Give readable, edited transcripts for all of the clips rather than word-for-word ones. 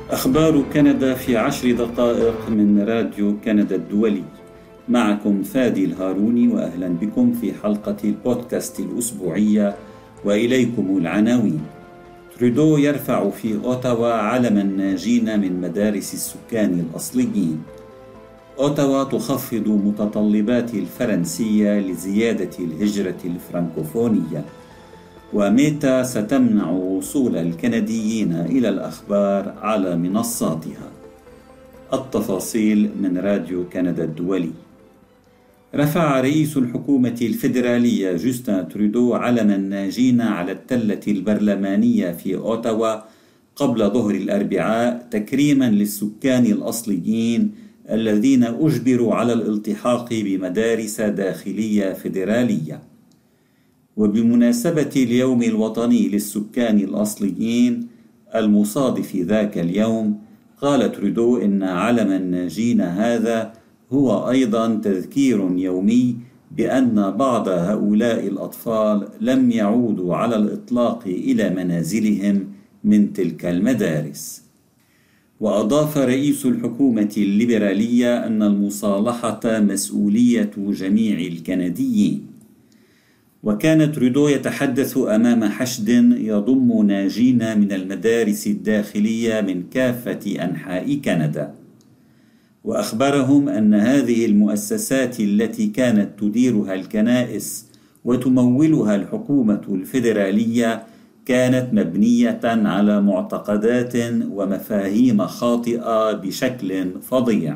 أخبار كندا في 10 دقائق من راديو كندا الدولي. معكم فادي الهاروني، وأهلا بكم في حلقة البودكاست الأسبوعية، وإليكم العناوين. ترودو يرفع في أوتاوا علم الناجين من مدارس السكان الأصليين. أوتاوا تخفض متطلبات الفرنسية لزيادة الهجرة الفرنكوفونية. وميتا ستمنع وصول الكنديين إلى الأخبار على منصاتها. التفاصيل من راديو كندا الدولي. رفع رئيس الحكومة الفيدرالية جوستن ترودو علم الناجين على التلة البرلمانية في أوتاوا قبل ظهر الأربعاء، تكريما للسكان الأصليين الذين أجبروا على الالتحاق بمدارس داخلية فيدرالية. وبمناسبة اليوم الوطني للسكان الأصليين المصادف ذاك اليوم، قال ترودو إن علم الناجين هذا هو أيضا تذكير يومي بأن بعض هؤلاء الأطفال لم يعودوا على الإطلاق إلى منازلهم من تلك المدارس. وأضاف رئيس الحكومة الليبرالية أن المصالحة مسؤولية جميع الكنديين. وكان ترودو يتحدث أمام حشد يضم ناجين من المدارس الداخلية من كافة أنحاء كندا، وأخبرهم أن هذه المؤسسات التي كانت تديرها الكنائس وتمولها الحكومة الفيدرالية كانت مبنية على معتقدات ومفاهيم خاطئة بشكل فظيع.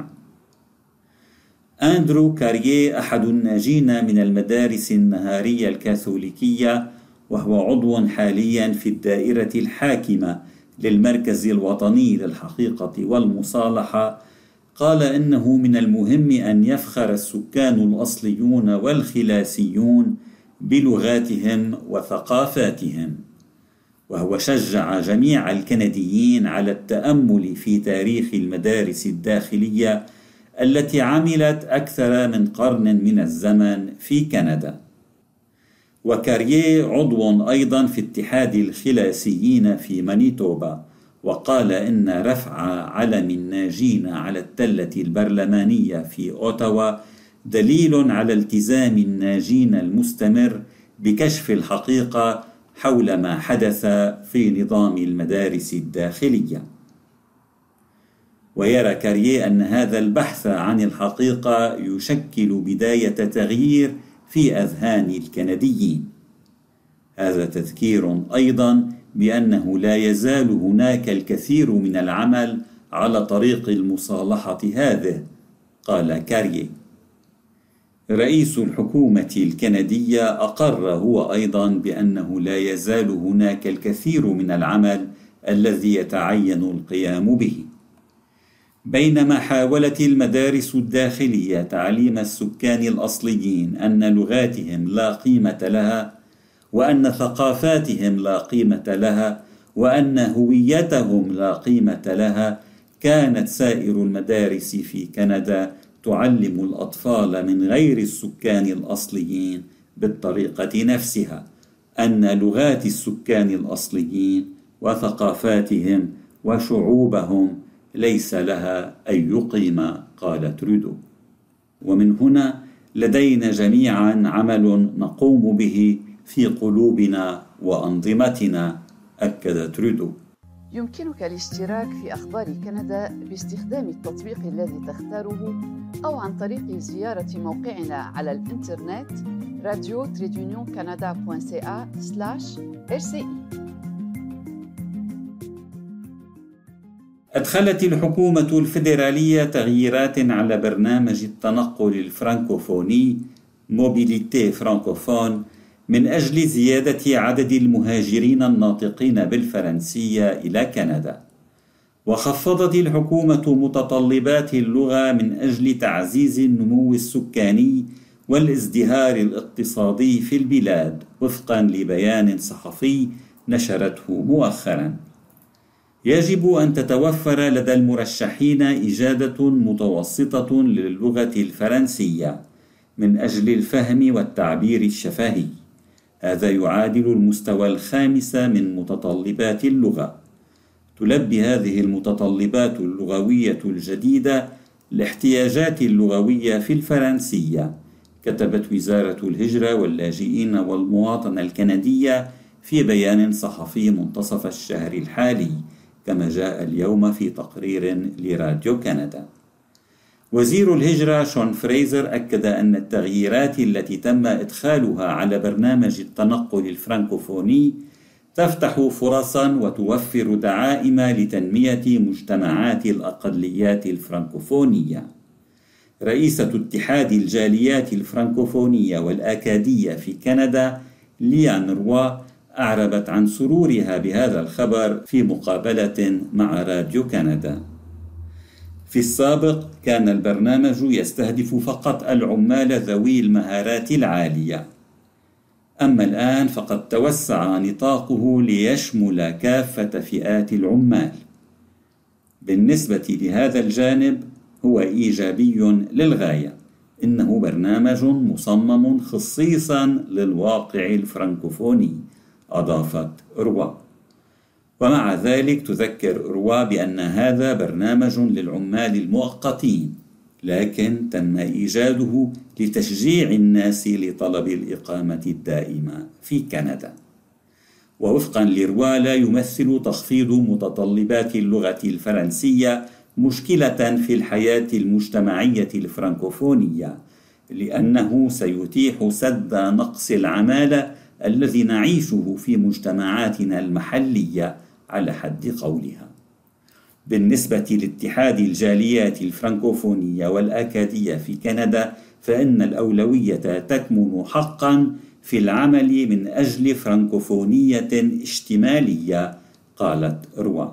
أندرو كارييه أحد الناجين من المدارس النهارية الكاثوليكية، وهو عضو حاليا في الدائرة الحاكمة للمركز الوطني للحقيقة والمصالحة، قال إنه من المهم أن يفخر السكان الأصليون والخلاسيون بلغاتهم وثقافاتهم. وهو شجع جميع الكنديين على التأمل في تاريخ المدارس الداخلية التي عملت أكثر من قرن من الزمن في كندا. وكارييه عضو أيضا في اتحاد الخلاسيين في مانيتوبا، وقال إن رفع علم الناجين على التلة البرلمانية في أوتاوا دليل على التزام الناجين المستمر بكشف الحقيقة حول ما حدث في نظام المدارس الداخلية. ويرى كارييه أن هذا البحث عن الحقيقة يشكل بداية تغيير في أذهان الكنديين. هذا تذكير أيضا بأنه لا يزال هناك الكثير من العمل على طريق المصالحة هذه، قال كارييه. رئيس الحكومة الكندية أقر هو أيضا بأنه لا يزال هناك الكثير من العمل الذي يتعين القيام به. بينما حاولت المدارس الداخلية تعليم السكان الأصليين أن لغاتهم لا قيمة لها، وأن ثقافاتهم لا قيمة لها، وأن هويتهم لا قيمة لها، كانت سائر المدارس في كندا تعلم الأطفال من غير السكان الأصليين بالطريقة نفسها أن لغات السكان الأصليين وثقافاتهم وشعوبهم ليس لها أي قيمة، قال ترودو. ومن هنا لدينا جميعا عمل نقوم به في قلوبنا وأنظمتنا، أكد ترودو. يمكنك الاشتراك في أخبار كندا باستخدام التطبيق الذي تختاره، أو عن طريق زيارة موقعنا على الإنترنت radio-canada.ca/RCE. أدخلت الحكومة الفيدرالية تغييرات على برنامج التنقل الفرنكوفوني موبيليتي فرانكوفون من أجل زيادة عدد المهاجرين الناطقين بالفرنسية إلى كندا. وخفضت الحكومة متطلبات اللغة من أجل تعزيز النمو السكاني والازدهار الاقتصادي في البلاد، وفقا لبيان صحفي نشرته مؤخرا. يجب أن تتوفر لدى المرشحين إجادة متوسطة للغة الفرنسية من أجل الفهم والتعبير الشفهي. هذا يعادل المستوى 5 من متطلبات اللغة. تلبي هذه المتطلبات اللغوية الجديدة الاحتياجات اللغوية في الفرنسية، كتبت وزارة الهجرة واللاجئين والمواطنة الكندية في بيان صحفي منتصف الشهر الحالي، كما جاء اليوم في تقرير لراديو كندا. وزير الهجرة شون فريزر أكد أن التغييرات التي تم إدخالها على برنامج التنقل الفرنكوفوني تفتح فرصا وتوفر دعائم لتنمية مجتمعات الأقليات الفرنكوفونية. رئيسة اتحاد الجاليات الفرنكوفونية والأكادية في كندا ليان روا أعربت عن سرورها بهذا الخبر في مقابلة مع راديو كندا. في السابق كان البرنامج يستهدف فقط العمال ذوي المهارات العالية، أما الآن فقد توسع نطاقه ليشمل كافة فئات العمال. بالنسبة لهذا الجانب هو إيجابي للغاية، إنه برنامج مصمم خصيصا للواقع الفرنكوفوني، أضافت روا. ومع ذلك تذكر روا بأن هذا برنامج للعمال المؤقتين، لكن تم إيجاده لتشجيع الناس لطلب الإقامة الدائمة في كندا. ووفقا لروا لا يمثل تخفيض متطلبات اللغة الفرنسية مشكلة في الحياة المجتمعية الفرنكوفونية، لأنه سيتيح سد نقص العمالة الذي نعيشه في مجتمعاتنا المحلية على حد قولها. بالنسبة لاتحاد الجاليات الفرنكوفونية والأكادية في كندا، فإن الأولوية تكمن حقا في العمل من أجل فرنكوفونية اشتمالية، قالت روا.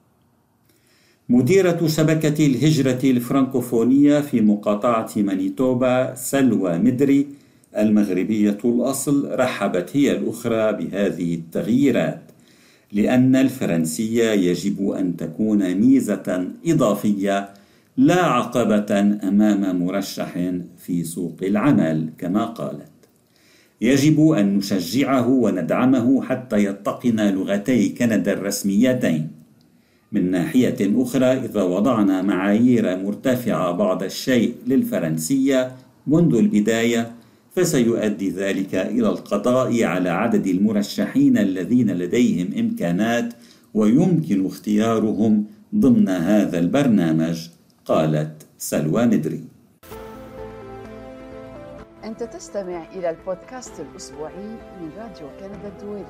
مديرة شبكة الهجرة الفرنكوفونية في مقاطعة مانيتوبا سلوى مدري المغربية الأصل رحبت هي الأخرى بهذه التغييرات، لأن الفرنسية يجب أن تكون ميزة إضافية لا عقبة أمام مرشح في سوق العمل كما قالت. يجب أن نشجعه وندعمه حتى يتقن لغتي كندا الرسميتين. من ناحية أخرى، إذا وضعنا معايير مرتفعة بعض الشيء للفرنسية منذ البداية، فسيؤدي ذلك إلى القضاء على عدد المرشحين الذين لديهم إمكانات ويمكن اختيارهم ضمن هذا البرنامج، قالت سلوى مدري. أنت تستمع إلى البودكاست الأسبوعي من راديو كندا الدولي.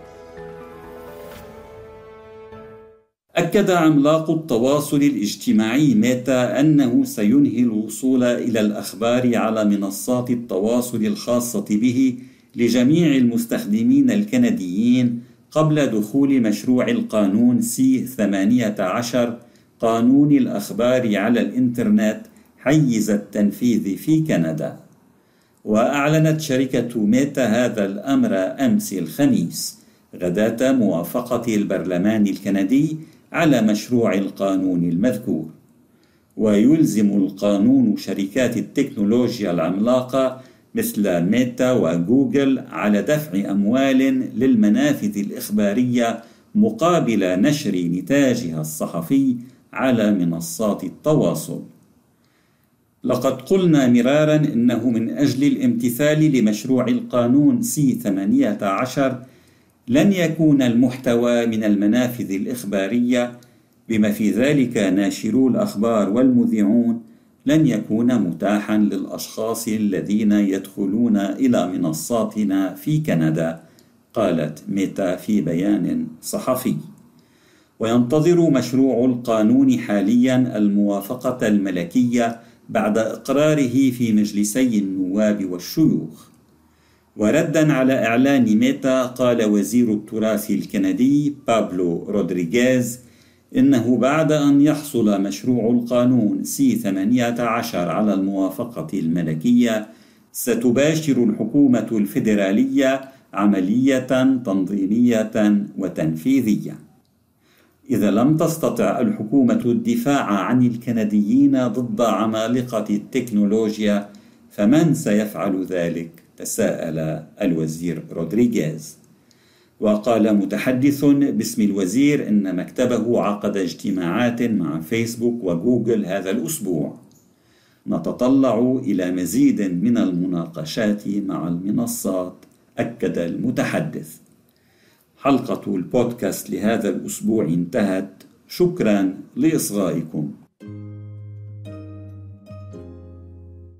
أكد عملاق التواصل الاجتماعي ميتا أنه سينهي الوصول إلى الأخبار على منصات التواصل الخاصة به لجميع المستخدمين الكنديين قبل دخول مشروع القانون C-18 قانون الأخبار على الإنترنت حيز التنفيذ في كندا. وأعلنت شركة ميتا هذا الأمر أمس الخميس غداة موافقة البرلمان الكندي على مشروع القانون المذكور. ويلزم القانون شركات التكنولوجيا العملاقة مثل ميتا وجوجل على دفع أموال للمنافذ الإخبارية مقابل نشر نتاجها الصحفي على منصات التواصل. لقد قلنا مرارا إنه من أجل الامتثال لمشروع القانون C-18 لن يكون المحتوى من المنافذ الإخبارية بما في ذلك ناشرو الأخبار والمذيعون لن يكون متاحا للأشخاص الذين يدخلون إلى منصاتنا في كندا، قالت ميتا في بيان صحفي. وينتظر مشروع القانون حاليا الموافقة الملكية بعد إقراره في مجلسي النواب والشيوخ. وردا على إعلان ميتا، قال وزير التراث الكندي بابلو رودريغيز إنه بعد أن يحصل مشروع القانون C-18 على الموافقة الملكية ستباشر الحكومة الفيدرالية عملية تنظيمية وتنفيذية. إذا لم تستطع الحكومة الدفاع عن الكنديين ضد عمالقة التكنولوجيا فمن سيفعل ذلك؟ تساءل الوزير رودريغيز. وقال متحدث باسم الوزير إن مكتبه عقد اجتماعات مع فيسبوك وجوجل هذا الأسبوع. نتطلع إلى مزيد من المناقشات مع المنصات، أكد المتحدث. حلقة البودكاست لهذا الأسبوع انتهت. شكرا لإصغائكم.